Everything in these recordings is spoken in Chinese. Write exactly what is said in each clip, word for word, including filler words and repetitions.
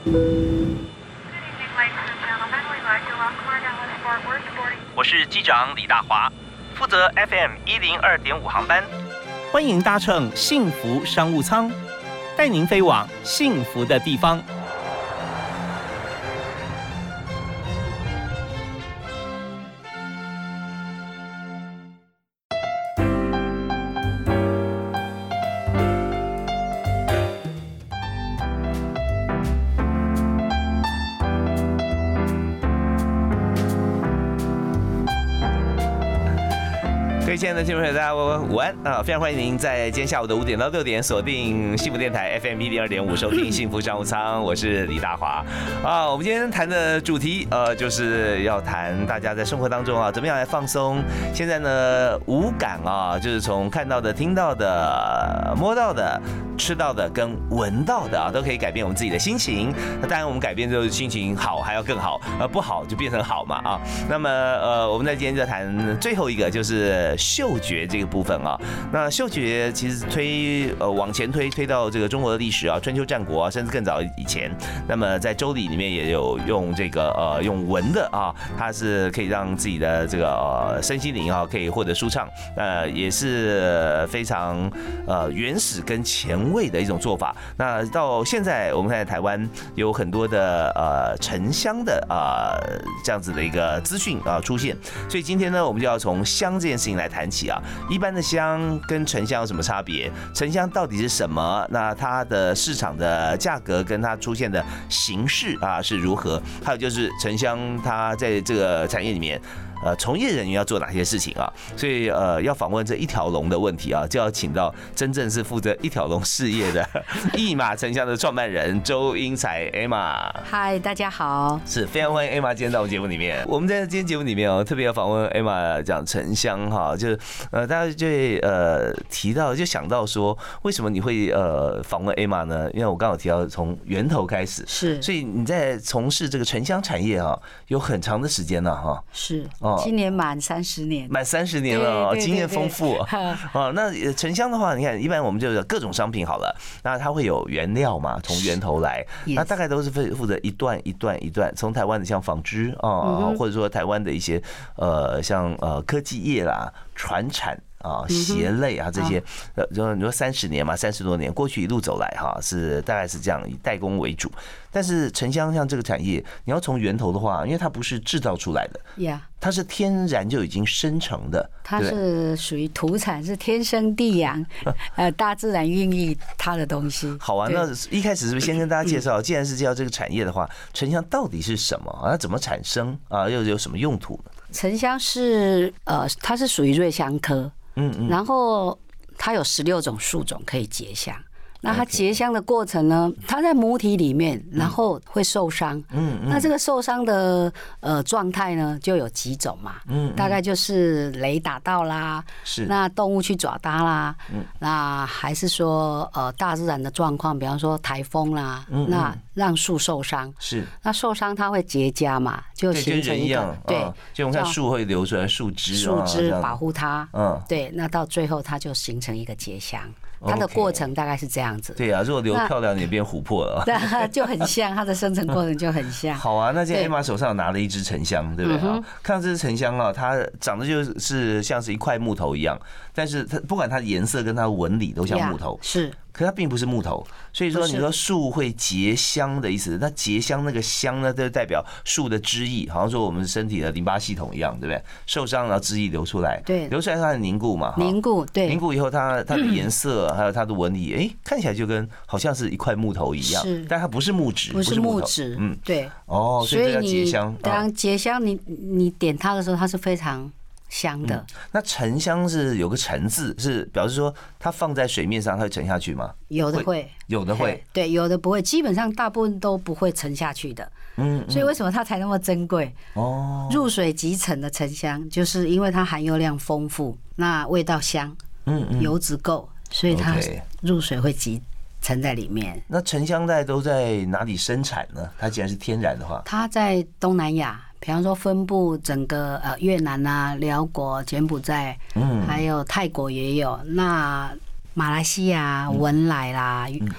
我是机长李大华，负责 F M 一零二点五航班，欢迎搭乘幸福商务舱，带您飞往幸福的地方。亲爱的听众朋友，大家午安啊！非常欢迎您在今天下午的五点到六点锁定幸福电台 F M 一零二点五，收听幸福商务舱，我是李大华啊。我们今天谈的主题呃，就是要谈大家在生活当中啊，怎么样来放松。现在呢，五感啊，就是从看到的、听到的、摸到的、吃到的跟闻到的啊，都可以改变我们自己的心情。那当然，我们改变就是心情好还要更好，呃，不好就变成好嘛啊。那么呃，我们在今天就谈最后一个，就是嗅觉这个部分啊。那嗅觉其实推呃往前推推到这个中国的历史啊，春秋战国啊，甚至更早以前。那么在周礼里面也有用这个呃用闻的啊，它是可以让自己的这个呃身心灵啊可以获得舒畅，呃也是非常呃原始跟前卫的一种做法。那到现在我们在台湾有很多的呃沉香的呃这样子的一个资讯啊出现，所以今天呢我们就要从香这件事情来谈起啊。一般的香跟沉香有什么差别？沉香到底是什么？那它的市场的价格跟它出现的形式啊是如何？还有就是沉香它在这个产业里面。呃，从业人员要做哪些事情啊？所以呃，要访问这一条龙的问题啊，就要请到真正是负责一条龙事业的一马沉香的创办人周英才 Emma。 嗨，大家好， 是非常欢迎 Emma 今天到我们节目里面。我们在今天节目里面哦，特别要访问 Emma 讲沉香哈，就是呃，大家就会呃提到，就想到说，为什么你会呃访问 Emma 呢？因为我刚好提到从源头开始， 是，所以你在从事这个沉香产业哈，有很长的时间了哈。 是。今年满三十年， 满三十年了，经验丰富啊。那沉香的话，你看，一般我们就有各种商品好了，那它会有原料嘛，从源头来，那大概都是负责一段一段一段，从台湾的像纺织啊，或者说台湾的一些呃像呃科技业啦、传产。啊，鞋类啊这些，呃，就你说三十年嘛，三十多年过去一路走来哈，是大概是这样，以代工为主。但是沉香像这个产业，你要从源头的话，因为它不是制造出来的， 呀， 它是天然就已经生成的， 它是属于土产，是天生地养，呃，大自然孕育它的东西。 好啊，那一开始是不是先跟大家介绍，既然是叫这个产业的话，沉香到底是什么？它怎么产生啊？又有什么用途呢？ 沉香是呃，它是属于瑞香科。嗯嗯，然后它有十六种树种可以结香。那它结香的过程呢？它在母体里面，然后会受伤。嗯嗯。那这个受伤的呃状态呢，就有几种嘛。嗯。大概就是雷打到啦，是。那动物去爪它啦，嗯。那还是说呃大自然的状况，比方说台风啦，嗯。那让树受伤。是。那受伤它会结痂嘛，就形成一个对， 就我们看树会流出来树枝， 树枝保护它。嗯。对，那到最后它就形成一个结香。它的过程大概是这样子。 对啊，如果留漂亮也变琥珀了。 对，就很像，它的生成过程就很像。 好啊，那今天 Emma 手上拿了一支沉香，对不对啊？看到这支沉香啊，它长得就是像是一块木头一样，但是它不管它的颜色跟它的纹理都像木头。是。可它并不是木头，所以说你说树会结香的意思，那结香那个香呢，就代表树的汁液，好像说我们身体的淋巴系统一样，对不对？受伤然后汁液流出来，对，流出来它的凝固嘛， 凝固，对， 凝固以后它它的颜色还有它的纹理，哎，看起来就跟好像是一块木头一样，是，但它不是木质， 不是木质，嗯，对， 哦，所以这叫结香。 当结香，你你点它的时候，它是非常香的。嗯、 那沉香是有个沉字，是表示说它放在水面上，它会沉下去吗？ 有的会， 有的会， 对，有的不会，基本上大部分都不会沉下去的。嗯，所以为什么它才那么珍贵？哦，入水即沉的沉香，就是因为它含油量丰富，那味道香，嗯嗯，油脂够，所以它入水会即沉在里面。 那沉香带都在哪里生产呢？它既然是天然的话， 它在东南亚。比方说分布整个呃越南啊、辽国、柬埔寨，嗯，还有泰国也有。那马来西亚、文莱啦，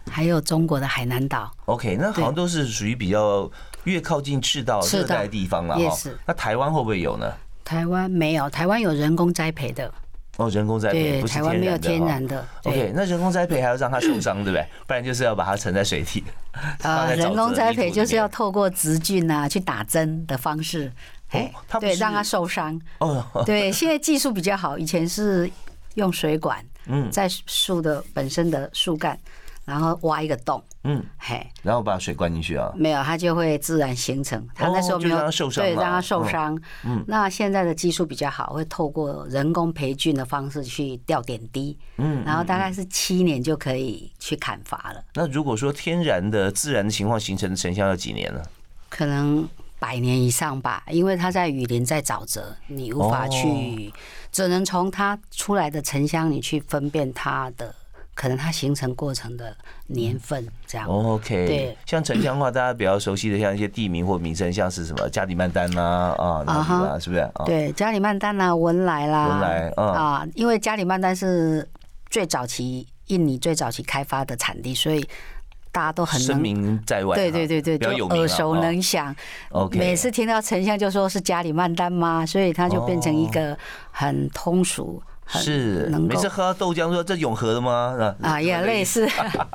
还有中国的海南岛。 OK， 那好像都是属于比较越靠近赤道热带的地方了哈。那台湾会不会有呢？ 台湾没有，台湾有人工栽培的。 哦，人工栽培不是台湾没有天然的。 OK， 那人工栽培还要让它受伤，对不对？不然就是要把它沉在水底。 呃，人工栽培就是要透过植菌啊去打针的方式，哎，对，让它受伤。哦，对，现在技术比较好，以前是用水管，嗯，在树的本身的树干，然后挖一个洞，嗯，嘿， 然后把水灌进去啊？ 没有，它就会自然形成。它那时候没有受伤， 对，让它受伤。嗯，那现在的技术比较好，会透过人工培菌的方式去吊点滴，嗯，然后大概是七年就可以去砍伐了。 那如果说天然的、自然的情况形成的沉香要几年呢？ 可能百年以上吧，因为它在雨林在沼泽，你无法去，只能从它出来的沉香，你去分辨它的。可能它形成过程的年份这样。 OK， 对，像沉香的话，大家比较熟悉的，像一些地名或名称，像是什么加里曼丹呐，啊，啊，是不是？ 对，加里曼丹啦，文莱啦， 文莱啊，因为加里曼丹是最早期印尼最早期开发的产地，所以大家都很声名在外。 对对对对，就耳熟能详。 OK， 每次听到沉香就说是加里曼丹嘛，所以它就变成一个很通俗。 是，每次喝到豆浆说这永和的吗？ 啊，也类似。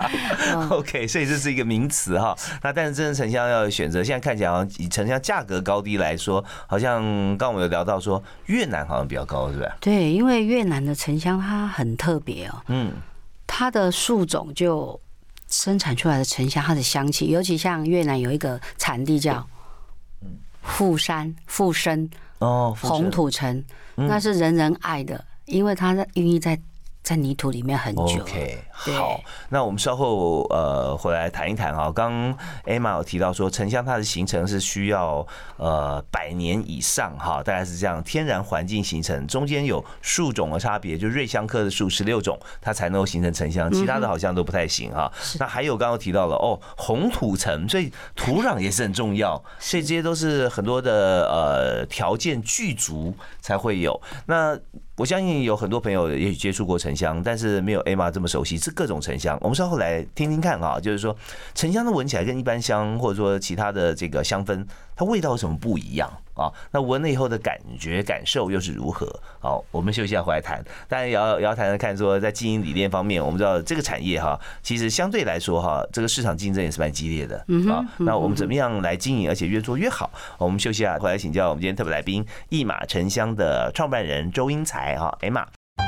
OK， 所以这是一个名词哈。那但是真的沉香要选择，现在看起来好像以沉香价格高低来说，好像刚刚我们有聊到说越南好像比较高，是不是？ 对，因为越南的沉香它很特别哦，嗯，它的树种就生产出来的沉香，它的香气，尤其像越南有一个产地叫富山富生哦，红土城，那是人人爱的。因为它孕育在在泥土里面很久。 OK， 好，那我们稍后呃回来谈一谈哈。刚 Emma 有提到说，沉香它的形成是需要呃百年以上哈，大概是这样，天然环境形成，中间有树种的差别，就瑞香科的树十六种，它才能够形成沉香，其他的好像都不太行哈。那还有刚刚提到了哦，红土层，所以土壤也是很重要，所以这些都是很多的呃条件具足才会有。那我相信有很多朋友也许接触过沉香，但是没有 Emma 这么熟悉，是各种沉香。我们稍后来听听看啊，就是说沉香的闻起来跟一般香或者说其他的这个香氛，它味道有什么不一样啊？那闻了以后的感觉感受又是如何？好，我们休息一下回来谈。当然也要也要谈谈看说，在经营理念方面，我们知道这个产业哈，其实相对来说哈，这个市场竞争也是蛮激烈的啊。那我们怎么样来经营，而且越做越好？我们休息一下回来请教我们今天特别来宾一马沉香的创办人周英才哈 ，Emma。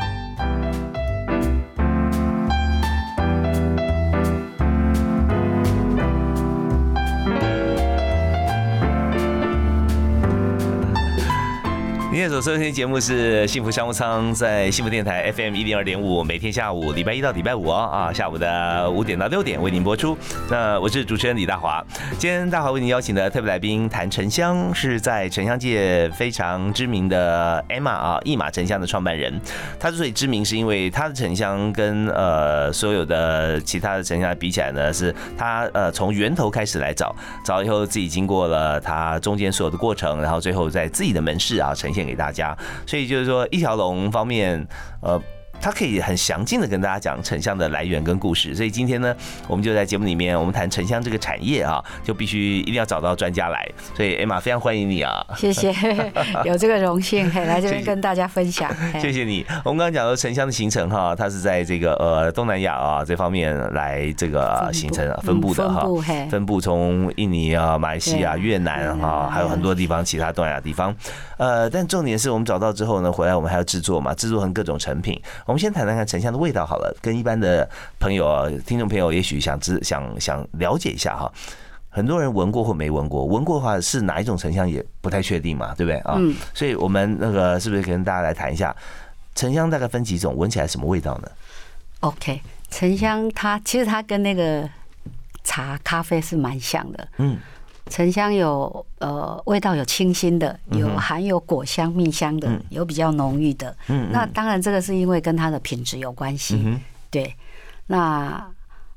您现在所收听的节目是幸福商务舱，在幸福电台 F M 一零二点五，每天下午礼拜一到礼拜五啊，下午的五点到六点为您播出。那我是主持人李大华，今天大华为您邀请的特别来宾谈沉香，是在沉香界非常知名的 Emma 啊，一马沉香的创办人。他之所以知名，是因为他的沉香跟呃所有的其他的沉香比起来呢，是他呃从源头开始来找，找以后自己经过了他中间所有的过程，然后最后在自己的门市啊呈现给大家，所以就是说一条龙方面，呃。他可以很详尽的跟大家讲沉香的来源跟故事，所以今天呢，我们就在节目里面，我们谈沉香这个产业啊，就必须一定要找到专家来。所以 Emma 非常欢迎你啊！ 谢谢，有这个荣幸来这边跟大家分享。 谢谢你。我们刚刚讲到沉香的形成哈，它是在这个呃东南亚啊这方面来这个形成分布的哈，分布从印尼啊、马来西亚、越南哈，还有很多地方其他东南亚地方。呃，但重点是我们找到之后呢，回来我们还要制作嘛，制作成各种成品。我们先谈谈看沉香的味道好了，跟一般的朋友啊、听众朋友也许想知想想了解一下哈。很多人闻过或没闻过，闻过的话是哪一种沉香也不太确定嘛，对不对啊？嗯。所以我们那个是不是跟大家来谈一下沉香大概分几种，闻起来什么味道呢 ？OK， 沉香它其实它跟那个茶、咖啡是蛮像的，嗯。沉香有呃味道有清新的，有含有果香、蜜香的，有比较浓郁的。嗯，那当然这个是因为跟它的品质有关系。对，那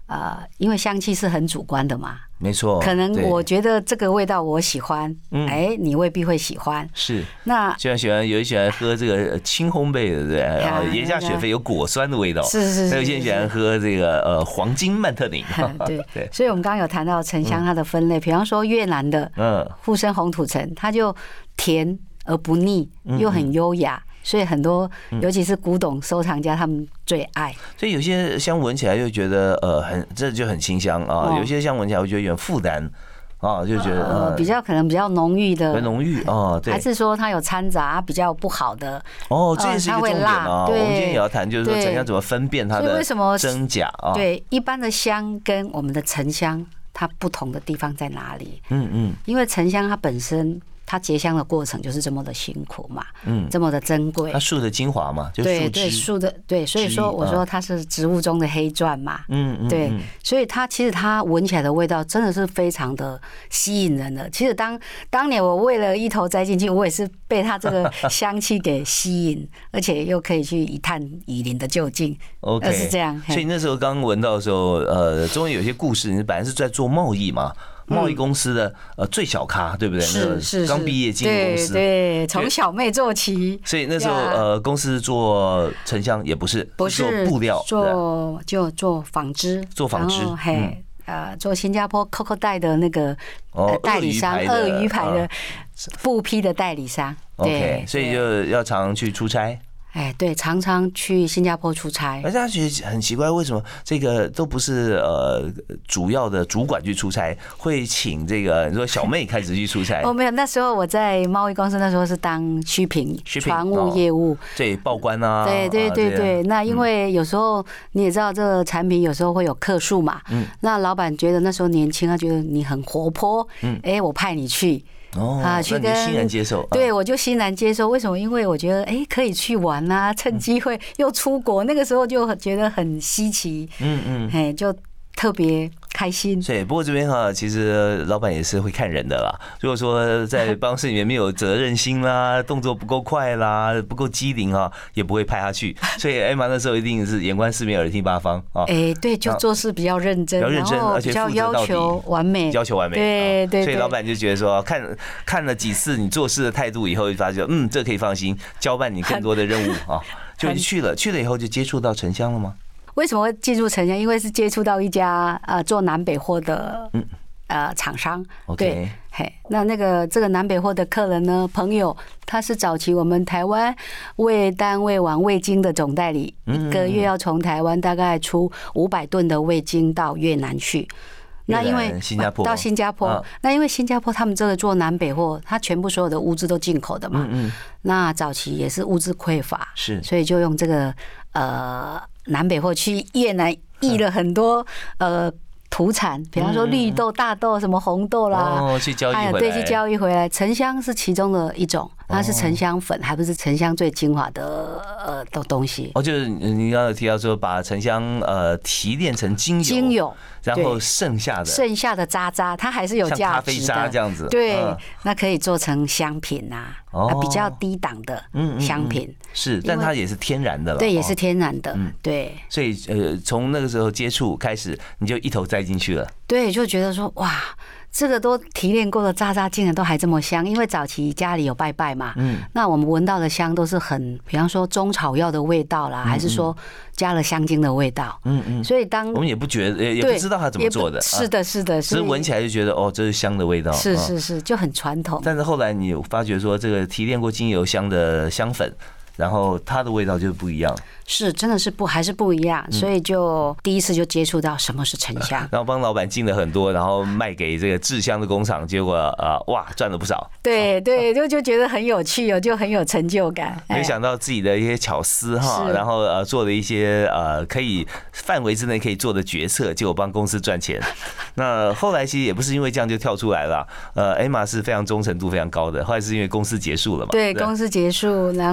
呃，因为香气是很主观的嘛， 没错， 可能我觉得这个味道我喜欢， 嗯， 哎，你未必会喜欢。 是， 那就像喜欢有人喜欢喝这个轻烘焙的，对不对？然后盐下雪菲有果酸的味道， 是是是。 还有些人喜欢喝这个呃黄金曼特宁， 对对。所以我们刚刚有谈到沉香它的分类，比方说越南的嗯富生红土橙，它就甜而不腻，又很优雅。所以很多，尤其是古董收藏家，他们最爱。 所以有些香闻起来就觉得，呃，很这就很清香啊；有些香闻起来会觉得有点负担啊，就觉得呃比较可能比较浓郁的， 浓郁啊，对。 还是说它有掺杂比较不好的？ 哦，这也是一个重点啊。我们今天也要谈，就是说怎样怎么分辨它的真假啊？ 对，一般的香跟我们的沉香，它不同的地方在哪里？嗯嗯，因为沉香它本身。它结香的过程就是这么的辛苦嘛，嗯，这么的珍贵。 它树的精华嘛，就对对树的对，所以说我说它是植物中的黑钻嘛，嗯嗯，对，所以它其实它闻起来的味道真的是非常的吸引人的。其实当当年我为了一头栽进去，我也是被它这个香气给吸引，而且又可以去一探雨林的究竟。 OK， 是这样。 所以那时候刚闻到的时候，呃，中间有些故事，你本来是在做贸易嘛。贸易公司的呃最小咖，对不对？ 是是刚毕业进入公司， 对，从小妹做起。 所以那时候呃，公司做沉香也不是， 不是做布料， 做就做纺织， 做纺织， 嘿，呃，做新加坡 Coco 带的那个代理商，鳄鱼牌的布匹的代理商。 OK， 所以就要常常去出差。 哎，对，常常去新加坡出差， 而且他觉得很奇怪，为什么这个都不是呃主要的主管去出差，会请这个你说小妹开始去出差？ 哦，没有，那时候我在贸易公司，那时候是当虚品船务业务， 对，报关啊， 对对对对。那因为有时候你也知道，这个产品有时候会有客数嘛，嗯，那老板觉得那时候年轻，他觉得你很活泼，嗯，哎，我派你去。 哦，啊，去跟欣然接受， 对，我就欣然接受。为什么？因为我觉得，哎，可以去玩啊，趁机会又出国，那个时候就觉得很稀奇，嗯嗯，哎，就特别开心。 对，不过这边哈，其实老板也是会看人的啦。如果说在办公室里面没有责任心啦，动作不够快啦，不够机灵啊，也不会派他去。所以艾玛那时候一定是眼观四面，耳听八方啊。 哎，对，就做事比较认真， 比较认真，而且比较要求完美， 要求完美。 对对。 所以老板就觉得说，看看了几次你做事的态度以后，就发现嗯，这可以放心，交办你更多的任务啊，就去了。去了以后就接触到沉香了吗？ 为什么会进入沉香？因为是接触到一家呃做南北货的呃厂商，对，嘿，那那个这个南北货的客人呢，朋友，他是早期我们台湾味单味网味精的总代理，一个月要从台湾大概出五百吨的味精到越南去。那因为新加坡到新加坡，那因为新加坡他们这个做南北货，它全部所有的物资都进口的嘛，嗯嗯，那早期也是物资匮乏， 是， 所以就用这个呃南北货去越南译了很多呃土产，比方说绿豆、大豆、什么红豆啦， 哦，去交易回来， 对，去交易回来。沉香是其中的一种，它是沉香粉，还不是沉香最精华的呃的东西。 哦，就是你刚刚提到说，把沉香呃提炼成精油，精油。然后剩下的剩下的渣渣，它还是有价值的，像咖啡渣这样子。 对，那可以做成香品呐，比较低档的香品。 是，但它也是天然的了。 对，也是天然的。对。 所以呃，从那个时候接触开始，你就一头栽进去了。 对，就觉得说哇。这个都提炼过的渣渣竟然都还这么香，因为早期家里有拜拜嘛，嗯，那我们闻到的香都是很，比方说中草药的味道啦，还是说加了香精的味道，嗯嗯，所以当我们也不觉得，也不知道它怎么做的， 是的，是的， 只是闻起来就觉得哦，这是香的味道， 是是是，就很传统。 但是后来你发觉说，这个提炼过精油香的香粉，然后它的味道就不一样。 是，真的是不还是不一样，所以就第一次就接触到什么是沉香， 然后帮老板进了很多，然后卖给这个制香的工厂，结果呃哇赚了不少。 对对，就就觉得很有趣哦，就很有成就感。 没想到自己的一些巧思哈，然后呃做了一些呃可以范围之内可以做的决策，结果帮公司赚钱。那后来其实也不是因为这样就跳出来了，呃，艾玛是非常忠诚度非常高的，后来是因为公司结束了嘛。 对，公司结束，然后我就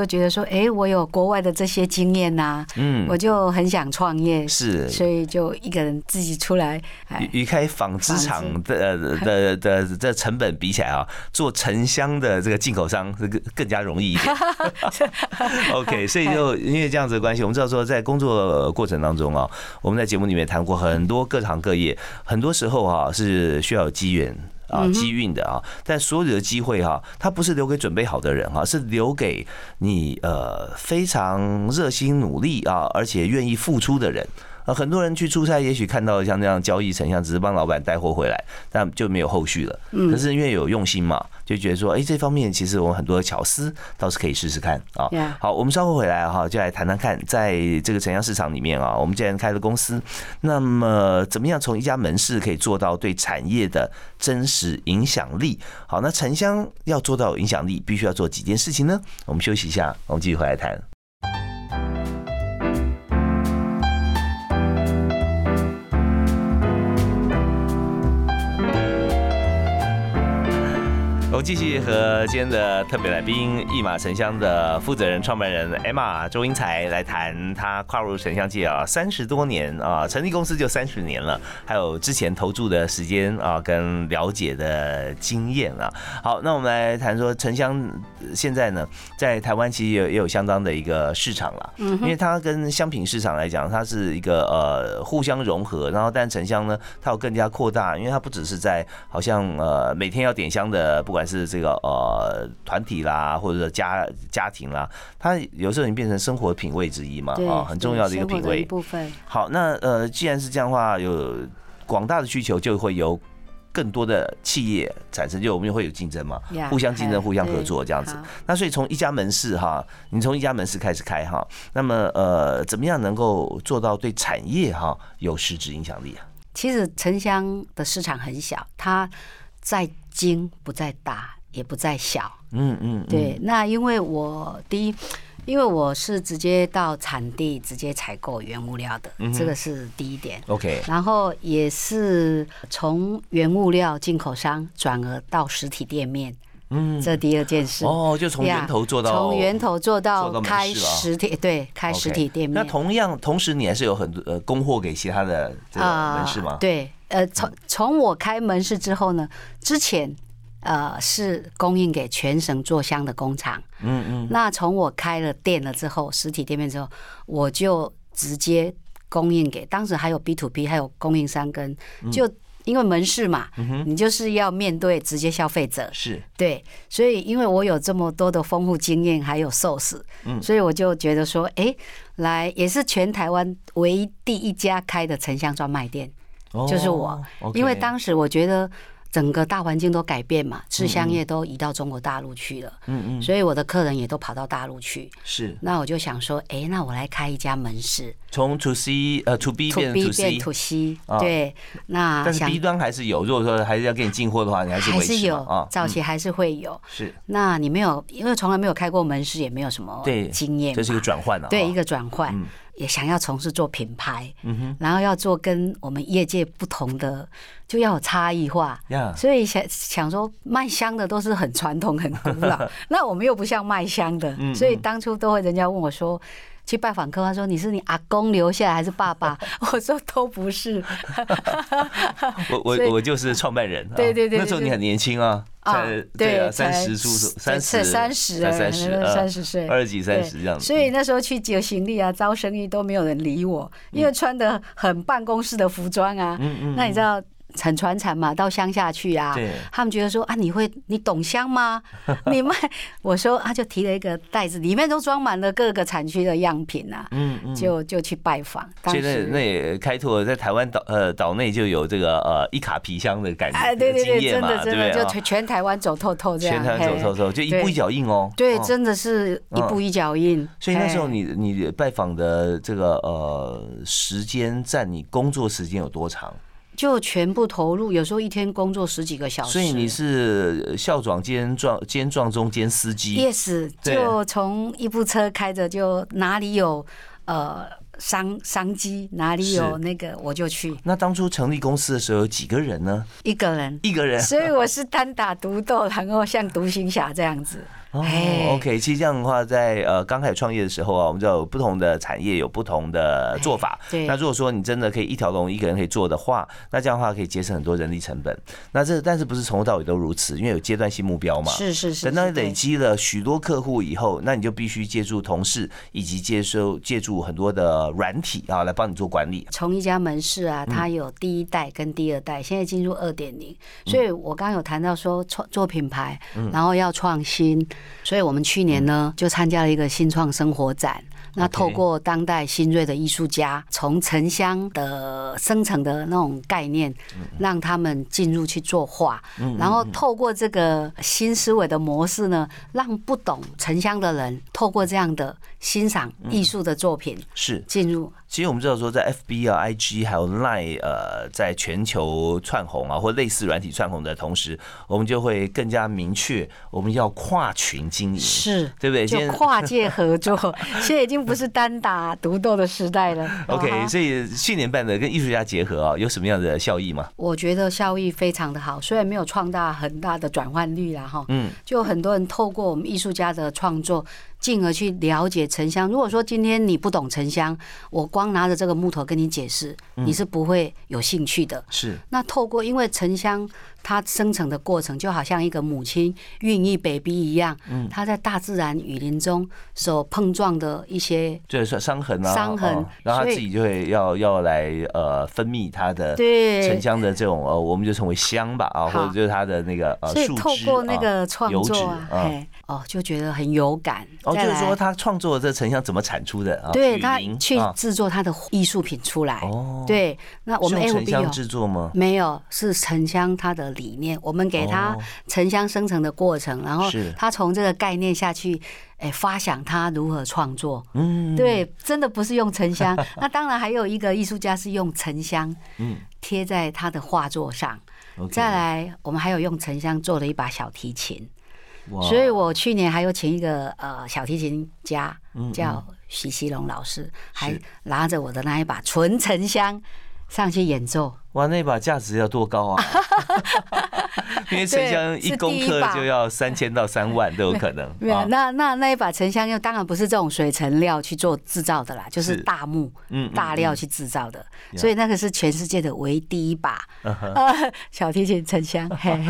就觉得说，哎，我有国外的这些经验呐，嗯，我就很想创业， 是， 所以就一个人自己出来。 与与开纺织厂的的的的成本比起来啊，做沉香的这个进口商是更更加容易一点。OK， 所以就因为这样子的关系，我们知道说在工作过程当中啊，我们在节目里面谈过很多各行各业，很多时候啊是需要有机缘啊机运的啊，但所有的机会哈，它不是留给准备好的人哈，是留给你呃非常热心努力啊，而且愿意付出的人。啊，很多人去出差，也许看到像这样交易成像，只是帮老板带货回来，但就没有后续了。可是因为有用心嘛，就觉得说，哎，这方面其实我们很多的巧思倒是可以试试看啊。好，我们稍后回来哈，就来谈谈看，在这个城乡市场里面啊，我们既然开了公司，那么怎么样从一家门市可以做到对产业的真实影响力？好，那城乡要做到有影响力，必须要做几件事情呢？我们休息一下，我们继续回来谈。我们继续和今天的特别来宾一马城乡的负责人、创办人 Emma 周英才来谈他跨入城乡界啊三十多年啊，成立公司就三十年了，还有之前投注的时间啊跟了解的经验啊。好，那我们来谈说城乡现在呢，在台湾其实也有相当的一个市场啦，因为它跟商品市场来讲，它是一个呃互相融合，然后但城乡呢，它有更加扩大，因为它不只是在好像呃每天要点香的，不管是这个呃团体啦，或者说家家庭啦，它有时候已经变成生活品味之一嘛，啊，很重要的一个品味部分。 好，那呃，既然是这样的话，有广大的需求，就会有更多的企业产生，就我们会有竞争嘛，互相竞争、互相合作这样子。那所以从一家门市哈，你从一家门市开始开哈，那么呃，怎么样能够做到对产业哈有实质影响力啊？ 其实城乡的市场很小，它在精不在大。也不在小，嗯嗯，对。那因为我第一，因为我是直接到产地直接采购原物料的，这个是第一点。 OK。 然后也是从原物料进口商转而到实体店面，嗯，这第二件事。 哦，就从源头做到从源头做到开实体，对，开实体店面。 那同样，同时你还是有很多呃供货给其他的这个门市吗？ 对，呃，从从我开门市之后呢，之前。呃，是供应给全省做香的工厂。嗯嗯。那从我开了店了之后，实体店面之后，我就直接供应给，当时还有 B to B， 还有供应商跟，就因为门市嘛，你就是要面对直接消费者。 是。对， 所以因为我有这么多的丰富经验，还有寿司，所以我就觉得说，哎，来也是全台湾唯一第一家开的城乡专卖店，就是我，因为当时我觉得。整个大环境都改变嘛，制香业都移到中国大陆去了，嗯嗯，所以我的客人也都跑到大陆去。 是， 那我就想说，哎、欸，那我来开一家门市， 从 to C 呃 to B 变 to C， to C， 对，那但是 B 端还是有，如果说还是要给你进货的话，你还是维持还是有啊，早期还是会有。 是， 那你没有，因为从来没有开过门市，也没有什么经验， 这是一个转换啊， 对，一个转换。也想要从事做品牌，然后要做跟我们业界不同的，就要有差异化。所以想想说卖香的都是很传统、很古老，那我们又不像卖香的，所以当初都会人家问我说。去拜访客户，他说：“你是你阿公留下来还是爸爸？”我说：“都不是。” 我我我就是创办人。 对对对， 那时候你很年轻啊，才对啊，三十出头，三十三十三十三十岁， 二十几三十这样子。 所以那时候去接行李啊，招生意都没有人理我，因为穿的很办公室的服装啊。嗯嗯。那你知道？很传产嘛，到乡下去啊，他们觉得说啊，你会你懂香吗？你卖，我说他就提了一个袋子，里面都装满了各个产区的样品啊，嗯嗯，就就去拜访。 现在那也开拓在台湾岛呃岛内就有这个呃一卡皮香的感觉， 哎，对对对，真的真的就全全台湾走透透这样， 全台湾走透透，就一步一脚印哦。 对，真的是一步一脚印。 所以那时候你你拜访的这个呃时间占你工作时间有多长？ 就全部投入，有时候一天工作十几个小时。 所以你是校长兼壮兼壮中兼司机 ？Yes， 就从一部车开着，就哪里有呃商商机，哪里有那个我就去。 那当初成立公司的时候有几个人呢？ 一个人， 一个人。 所以我是单打独斗，然后像独行侠这样子。 哦 ，OK， 其实这样的话，在呃刚开始创业的时候啊，我们知道有不同的产业有不同的做法。 对。 那如果说你真的可以一条龙一个人可以做的话，那这样的话可以节省很多人力成本。那这但是不是从头到尾都如此？因为有阶段性目标嘛。 是是是。 等到你累积了许多客户以后，那你就必须借助同事以及接收借助很多的软体啊来帮你做管理。 从一家门市啊，它有第一代跟第二代，现在进入二点零。所以我刚刚有谈到说创做品牌，然后要创新。所以我们去年呢就参加了一个新创生活展，那透过当代新锐的艺术家，从城乡的生成的那种概念，让他们进入去作画，然后透过这个新思维的模式呢，让不懂城乡的人透过这样的欣赏艺术的作品是进入。 其实我们知道说，在 F B 啊、I G 还有 Line 呃，在全球窜红啊，或类似软体窜红的同时，我们就会更加明确，我们要跨群经营， 是， 对不对？ 就跨界合作，现在已经不是单打独斗的时代了。 OK， 所以去年办的跟艺术家结合啊，有什么样的效益吗？ 我觉得效益非常的好，虽然没有创造很大的转换率啦，哈，嗯，就很多人透过我们艺术家的创作，进而去了解城乡。如果说今天你不懂城乡，我光拿着这个木头跟你解释，你是不会有兴趣的。 是。 那透过因为城乡它生成的过程，就好像一个母亲孕育 baby 一样，嗯，它在大自然雨林中所碰撞的一些就是伤痕啊， 伤痕， 哦，然后它自己就会要要来呃分泌它的城乡的这种呃，我们就称为香吧啊，或者就是它的那个呃树脂， 所以透过那个创作啊，哎哦，就觉得很有感。 哦，就是说他创作的这城乡怎么产出的啊？ 对，他去制作他的艺术品出来。哦，对，那我们 F B 城乡制作吗？ 没有，是城乡它的理念，我们给他城乡生成的过程，然后他从这个概念下去，哎，发想他如何创作。嗯，对，真的不是用城乡。那当然还有一个艺术家是用城乡，嗯，贴在他的画作上。再来，我们还有用城乡做了一把小提琴。所以我去年还有请一个呃小提琴家叫许熙龙老师，还拿着我的那一把纯城乡上去演奏。 哇，那把价值要多高啊！因为城乡一公克就要三千到三万都有可能。 没有，那那那一把城乡又当然不是这种水层料去做制造的啦，就是大木、大料去制造的，所以那个是全世界的唯第一把小提琴城乡。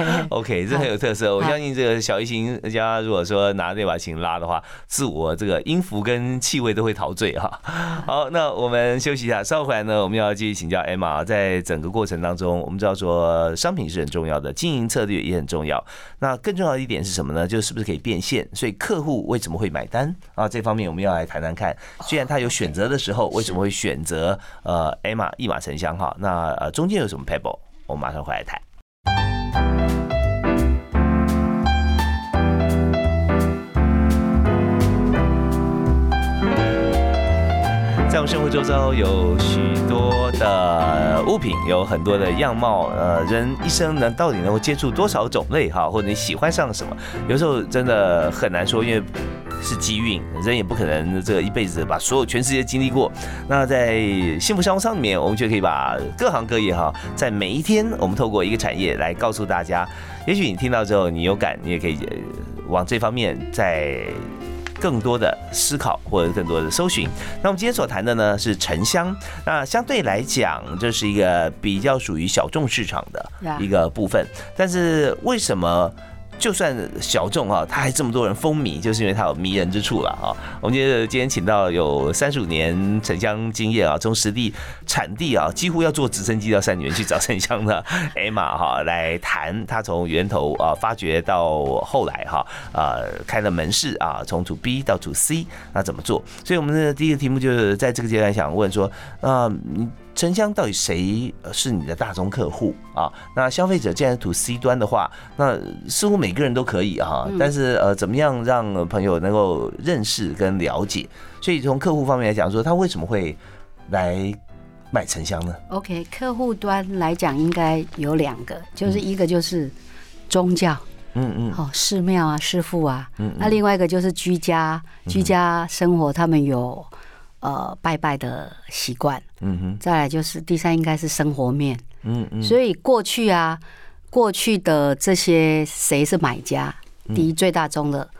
OK， 这很有特色。我相信这个小提琴家如果说拿这把琴拉的话，自我这个音符跟气味都会陶醉哈。好，那我们休息一下，稍后回来呢，我们要继续请教 Emma， 在整个过程当中，我们知道说商品是很重要的，经营策略也很重要。那更重要的一点是什么呢？就是不是可以变现？所以客户为什么会买单啊？这方面我们要来谈谈看。既然他有选择的时候，为什么会选择呃 Emma 一马城乡哈？那呃中间有什么 pebble？ 我们马上回来谈。在我们生活周遭有许多的物品，有很多的样貌，呃，人一生呢到底能够接触多少种类哈，或者你喜欢上什么，有时候真的很难说，因为是机运，人也不可能这一辈子把所有全世界经历过。那在幸福商务舱里面，我们就可以把各行各业哈，在每一天，我们透过一个产业来告诉大家，也许你听到之后你有感，你也可以往这方面再更多的思考或者更多的搜寻。那我们今天所谈的呢是城乡，那相对来讲这是一个比较属于小众市场的一个部分，但是为什么就算小众啊，它还这么多人风靡，就是因为它有迷人之处了啊。我们今天请到有三十五年城乡经验啊，从实地产地啊，几乎要坐直升机到山里面去找城乡的 Emma 哈，来谈他从源头啊发掘到后来哈啊开了门市啊，从 to B 到 to C， 那怎么做？所以我们的第一个题目就是在这个阶段想问说啊，你城乡到底谁是你的大宗客户啊？那消费者既然是 to C 端的话，那似乎每个人都可以啊，但是呃，怎么样让朋友能够认识跟了解？所以从客户方面来讲说，他为什么会来买城乡呢 ？OK， 客户端来讲应该有两个，就是一个就是宗教。嗯嗯，好，寺庙啊，师父啊，嗯，那另外一个就是居家，居家生活，他们有呃拜拜的习惯，嗯哼，再来就是第三应该是生活面，嗯嗯，所以过去啊，过去的这些谁是买家，第一最大宗的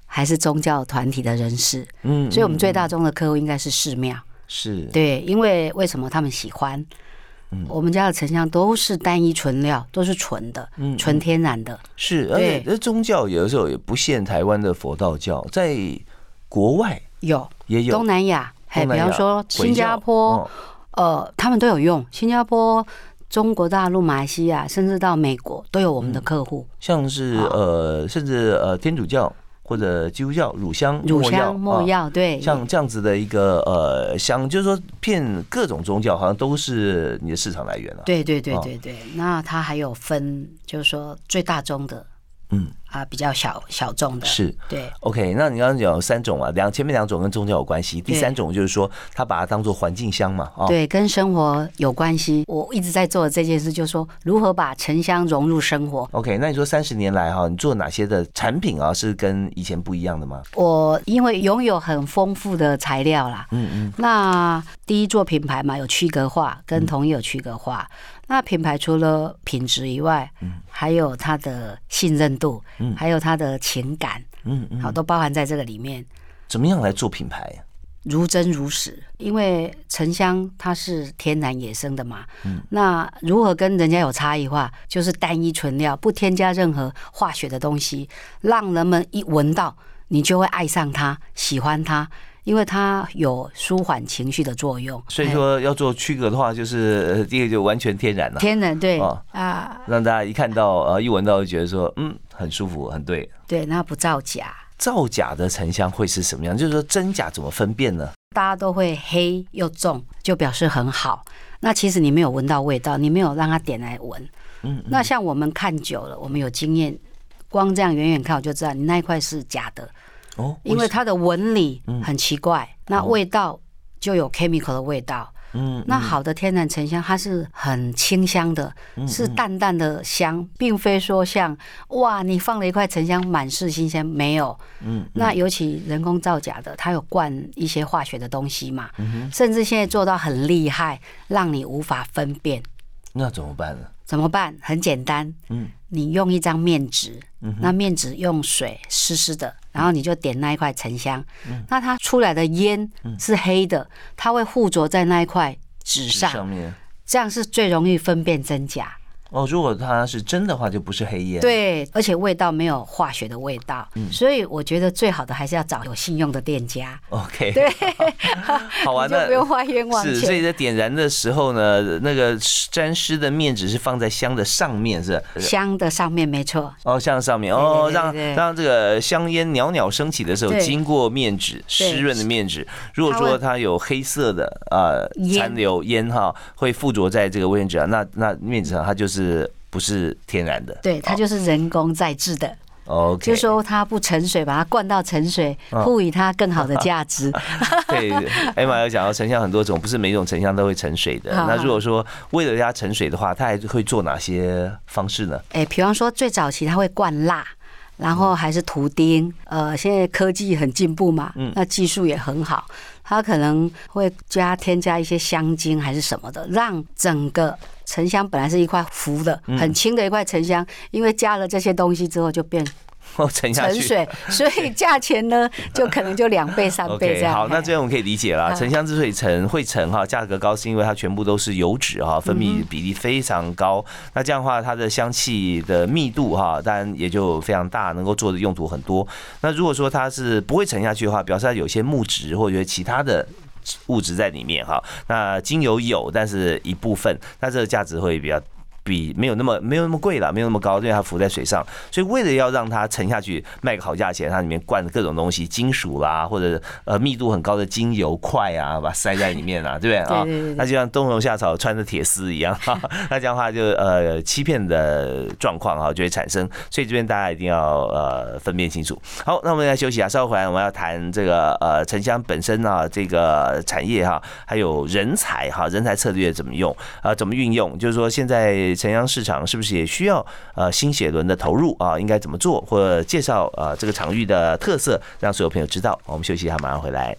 还是宗教团体的人士。嗯，所以我们最大宗的客户应该是寺庙。 是， 对，因为为什么他们喜欢？嗯，我们家的沉香都是单一纯料，都是纯的，嗯，纯天然的。 是，而且宗教有的时候也不限台湾的佛道教，在国外有也有东南亚，还比方说新加坡，呃，他们都有用。新加坡、中国大陆、马来西亚，甚至到美国都有我们的客户。 像是呃，甚至呃天主教。或者基督教乳香、 乳香、没药，对， 像这样子的一个呃香，就是说骗各种宗教，好像都是你的市场来源了。 对对对对对，那它还有分，就是说最大宗的，嗯啊，比较小小众的， 是， 对。 OK， 那你刚刚讲有三种啊，两前面两种跟宗教有关系，第三种就是说他把它当做环境香嘛， 哦，对，跟生活有关系。我一直在做的这件事，就是说如何把沉香融入生活。 OK， 那你说三十年来哈，你做哪些的产品啊是跟以前不一样的吗？ 我因为拥有很丰富的材料啦，嗯嗯，那第一做品牌嘛，有区隔化，跟统一有区隔化。嗯，那品牌除了品质以外，嗯，还有它的信任度，嗯，还有它的情感，嗯嗯，好，都包含在这个里面。 怎么样来做品牌？ 如真如实，因为沉香它是天然野生的嘛，嗯，那如何跟人家有差异化？就是单一纯料，不添加任何化学的东西，让人们一闻到，你就会爱上它，喜欢它。因为它有舒缓情绪的作用， 所以说要做区隔的话，就是第一个就完全天然了， 天然对啊， 哦，让大家一看到呃一闻到就觉得说嗯很舒服很对， 对，那不造假。 造假的沉香会是什么样？就是说真假怎么分辨呢？ 大家都会黑又重，就表示很好。那其实你没有闻到味道，你没有让它点来闻。嗯，那像我们看久了，我们有经验，光这样远远看我就知道你那一块是假的。哦，因为它的纹理很奇怪，嗯，那味道就有 chemical 的味道。嗯，那好的天然沉香它是很清香的，嗯，是淡淡的香，并非说像哇你放了一块沉香满是新鲜，没有。嗯，那尤其人工造假的，它有灌一些化学的东西嘛，嗯，甚至现在做到很厉害，让你无法分辨。 那怎么办呢？ 怎么办？很简单，嗯，你用一张面纸，嗯，那面纸用水湿湿的，然后你就点那一块沉香，嗯，那它出来的烟是黑的，它会附着在那一块纸上，上面，这样是最容易分辨真假。 哦，如果它是真的话，就不是黑烟。 对，而且味道没有化学的味道，嗯，所以我觉得最好的还是要找有信用的店家。 OK， 对， 好玩的， 就不用花冤枉钱。 是，所以在点燃的时候呢，那个沾湿的面纸是放在香的上面，是香的上面，没错。 哦，香的上面，哦，让让这个香烟袅袅升起的时候，经过面纸湿润的面纸，如果说它有黑色的呃残留烟哈，会附着在这个卫生纸上，那那面纸上它就是是不是天然的？ 对，它就是人工再制的。OK， 就是说它不沉水，把它灌到沉水，赋予它更好的价值。 对，艾玛有讲到沉香很多种，不是每一种沉香都会沉水的。那如果说为了它沉水的话，它还会做哪些方式呢？ 哎，比方说最早期它会灌蜡。然后还是图钉，呃，现在科技很进步嘛，那技术也很好，它可能会加添加一些香精还是什么的，让整个沉香本来是一块浮的、很轻的一块沉香，因为加了这些东西之后就变沉水，所以价钱呢就可能就两倍三倍这样。 Okay, 好，那这样我们可以理解了。沉香之所以沉会沉哈，价格高是因为它全部都是油脂哈，分泌比例非常高。那这样的话，它的香气的密度哈，当然也就非常大，能够做的用途很多。那如果说它是不会沉下去的话，表示它有些木质或者其他的物质在里面哈。那精油有，但是一部分，那这个价值会比较。比没有那么没有那么贵了，没有那么高，因为它浮在水上，所以为了要让它沉下去，卖个好价钱，它里面灌各种东西，金属啦，或者呃密度很高的精油块啊，把它塞在里面啊，对不对啊？那就像冬虫夏草穿着铁丝一样，那这样的话就呃欺骗的状况啊就会产生，所以这边大家一定要呃分辨清楚。好，那我们来休息啊，稍后回来我们要谈这个呃沉香本身啊这个产业哈，还有人才哈，人才策略怎么用啊、呃，怎么运用？就是说现在。沉香市场是不是也需要呃新血轮的投入啊？应该怎么做，或者介绍呃这个场域的特色，让所有朋友知道。我们休息一下，马上回来。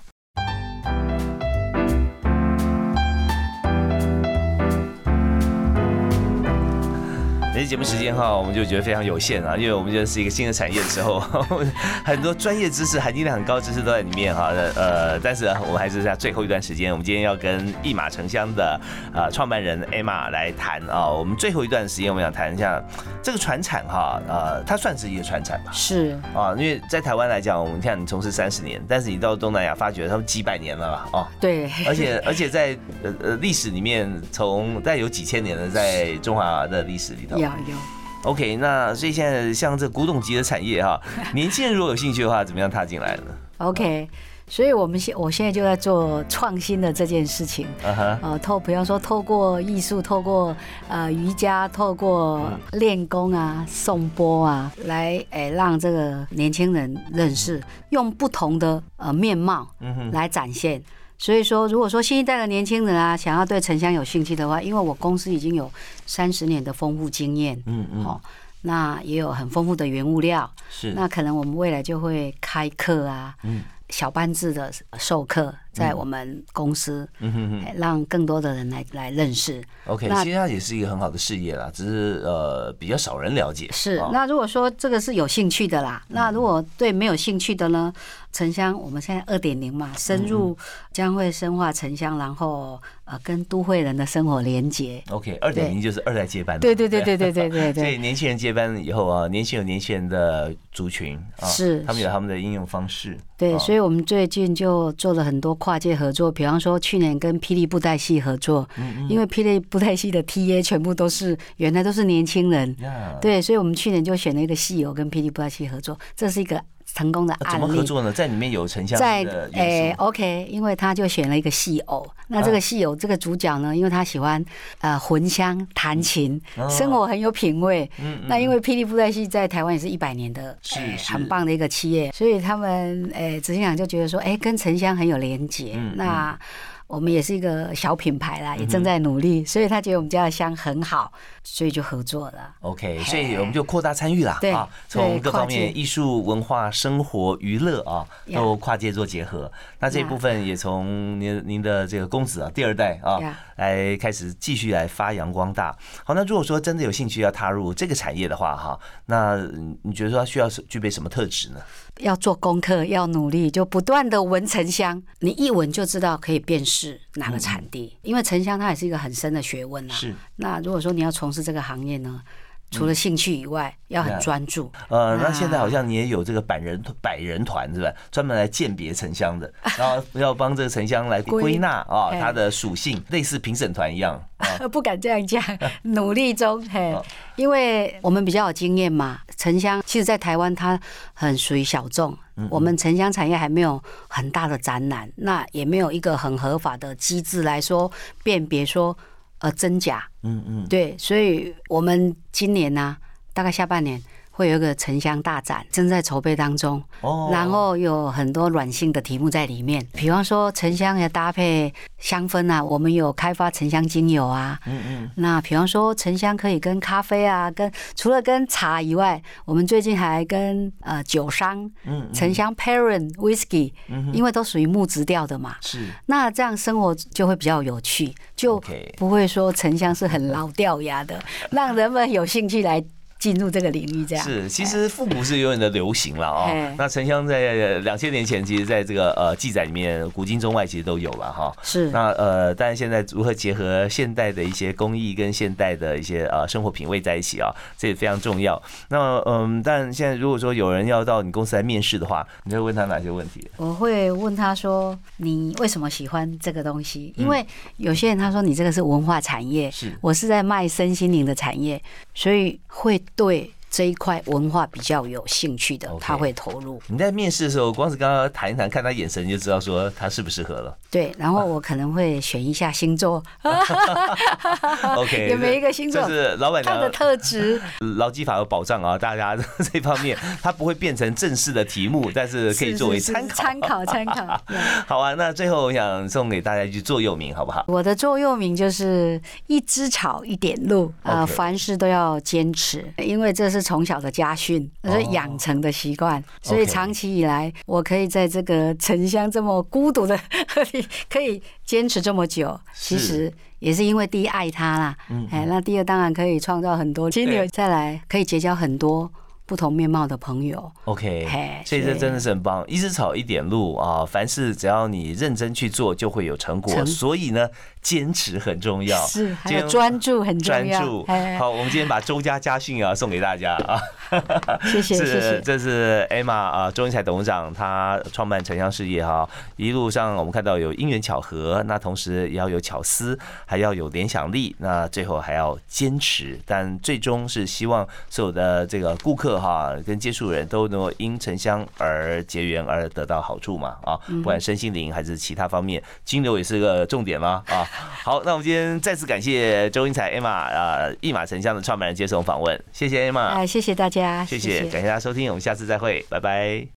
每次节目时间哈，我们就觉得非常有限啊，因为我们就是一个新的产业的时候，很多专业知识、含金量很高知识都在里面哈。呃，但是我们还是在最后一段时间，我们今天要跟一马城乡的呃创办人 Emma 来谈啊。我们最后一段时间，我们想谈一下这个传产哈，呃，它算是一个传产吧？ 是啊，因为在台湾来讲，我们看你从事三十年，但是你到东南亚发觉他们几百年了吧？哦， 对， 而且而且在呃呃历史里面，从大概有几千年的在中华的历史里头。 有有。 OK， 那所以现在像这古董级的产业哈，年轻人如果有兴趣的话，怎么样踏进来呢 ？OK， 所以我们现我现在就在做创新的这件事情。uh huh. 呃，透比方说透过艺术，透过呃瑜伽，透过练功啊、颂钵啊，来诶、欸、让这个年轻人认识，用不同的呃面貌来展现。所以说，如果说新一代的年轻人啊，想要对城乡有兴趣的话，因为我公司已经有三十年的丰富经验，嗯嗯，哦，那也有很丰富的原物料，是，那可能我们未来就会开课啊，嗯，小班制的授课，在我们公司，嗯哼哼，让更多的人来来认识。 OK， 其实它也是一个很好的事业啦，只是呃比较少人了解。 是，哦、那如果说这个是有兴趣的啦，那如果对没有兴趣的呢？城乡我们现在二点零嘛，深入将会深化城乡，然后呃跟都会人的生活连结。 OK， 二点零就是二代接班。 对对对对对对对对。 所以年轻人接班以后啊，年轻有年轻人的族群啊， 是他们有他们的应用方式。 对，所以我们最近就做了很多跨界合作，比方说去年跟霹雳布袋戏合作，因为霹雳布袋戏的 T A 全部都是原来都是年轻人，对，所以我们去年就选了一个戏友跟霹雳布袋戏合作，这是一个成功的案例。 怎么合作呢？在里面有城乡在的元素。 诶 ，OK， 因为他就选了一个戏偶，那这个戏偶这个主角呢，因为他喜欢呃魂香弹琴，生活很有品味。嗯，那因为霹雳布袋戏在台湾也是一百年的，是很棒的一个企业，所以他们诶执行长就觉得说，哎，跟城乡很有连结。那我们也是一个小品牌啦，也正在努力，所以他觉得我们家的香很好，所以就合作了。 OK， 所以我们就扩大参与啦，啊，从各方面艺术、文化、生活、娱乐啊，都跨界做结合。那这一部分也从您您的这个公子啊，第二代啊，来开始继续来发扬光大。好，那如果说真的有兴趣要踏入这个产业的话，哈，那你觉得说需要具备什么特质呢？ 要做功课，要努力，就不断的闻沉香，你一闻就知道可以辨识哪个产地，因为沉香它也是一个很深的学问啊。是。那如果说你要从事这个行业呢，除了兴趣以外，要很专注。 呃，那现在好像你也有这个百人百人团是吧？专门来鉴别沉香的，然后要帮这个沉香来归纳啊它的属性，类似评审团一样。 不敢这样讲，努力中。嘿，因为我们比较有经验嘛。沉香其实在台湾它很属于小众，我们沉香产业还没有很大的展览，那也没有一个很合法的机制来说辨别说呃真假。嗯嗯，对，所以我们今年呢、啊，大概下半年会有一个沉香大展，正在筹备当中。哦，然后有很多软性的题目在里面，比方说沉香要搭配香氛啊，我们有开发沉香精油啊。嗯嗯。那比方说沉香可以跟咖啡啊，跟除了跟茶以外，我们最近还跟呃酒商，嗯，沉香 Parent Whisky， 因为都属于木质调的嘛。是。那这样生活就会比较有趣，就不会说沉香是很老掉牙的，让人们有兴趣来进入这个领域，这样是，其实复古是永远的流行了啊、哦。那沉香在两千年前，其实在这个呃记载里面，古今中外其实都有了哈。是。那呃，但是现在如何结合现代的一些工艺跟现代的一些呃生活品味在一起啊，这也非常重要。那嗯，但现在如果说有人要到你公司来面试的话，你会问他哪些问题？ 我会问他说：“你为什么喜欢这个东西？”因为有些人他说：“你这个是文化产业，是我是在卖身心灵的产业，所以会。”对这一块文化比较有兴趣的， okay, 他会投入。 你在面试的时候，光是刚刚谈一谈，看他眼神，你就知道说他适不适合了。 对，然后我可能会选一下星座。 OK， 有没有一个星座？ 就是老板娘他的特质。 劳基法有保障啊，大家这方面他不会变成正式的题目，但是可以作为参考。 参考参考。 好啊，那最后我想送给大家一句座右铭，好不好？ 我的座右铭就是一枝草一点露啊、呃，凡事都要坚持，因为这是从小的家训，这是养成的习惯，所以长期以来，我可以在这个城乡这么孤独的，可以坚持这么久，其实也是因为第一爱他啦，嗯，哎，那第二当然可以创造很多金流，再来可以结交很多不同面貌的朋友。 OK， 所以这真的是很棒，一枝草一点露啊，凡事只要你认真去做就会有成果，所以呢坚持很重要， 是还有专注很重要。 专注。好，我们今天把周家家训啊送给大家啊， 谢谢谢谢。 这是 Emma 啊，周英才董事长他创办城乡事业哈，一路上我们看到有因缘巧合，那同时也要有巧思，还要有联想力，那最后还要坚持，但最终是希望所有的这个顾客哈跟接触人都能够因城乡而结缘而得到好处嘛啊，不管身心灵还是其他方面，金流也是个重点啦啊。好，那我们今天再次感谢周英才 Emma 啊，一马城乡的创办人接受访问，谢谢 Emma， 哎，谢谢大家， 谢谢，感谢大家收听，我们下次再会，拜拜。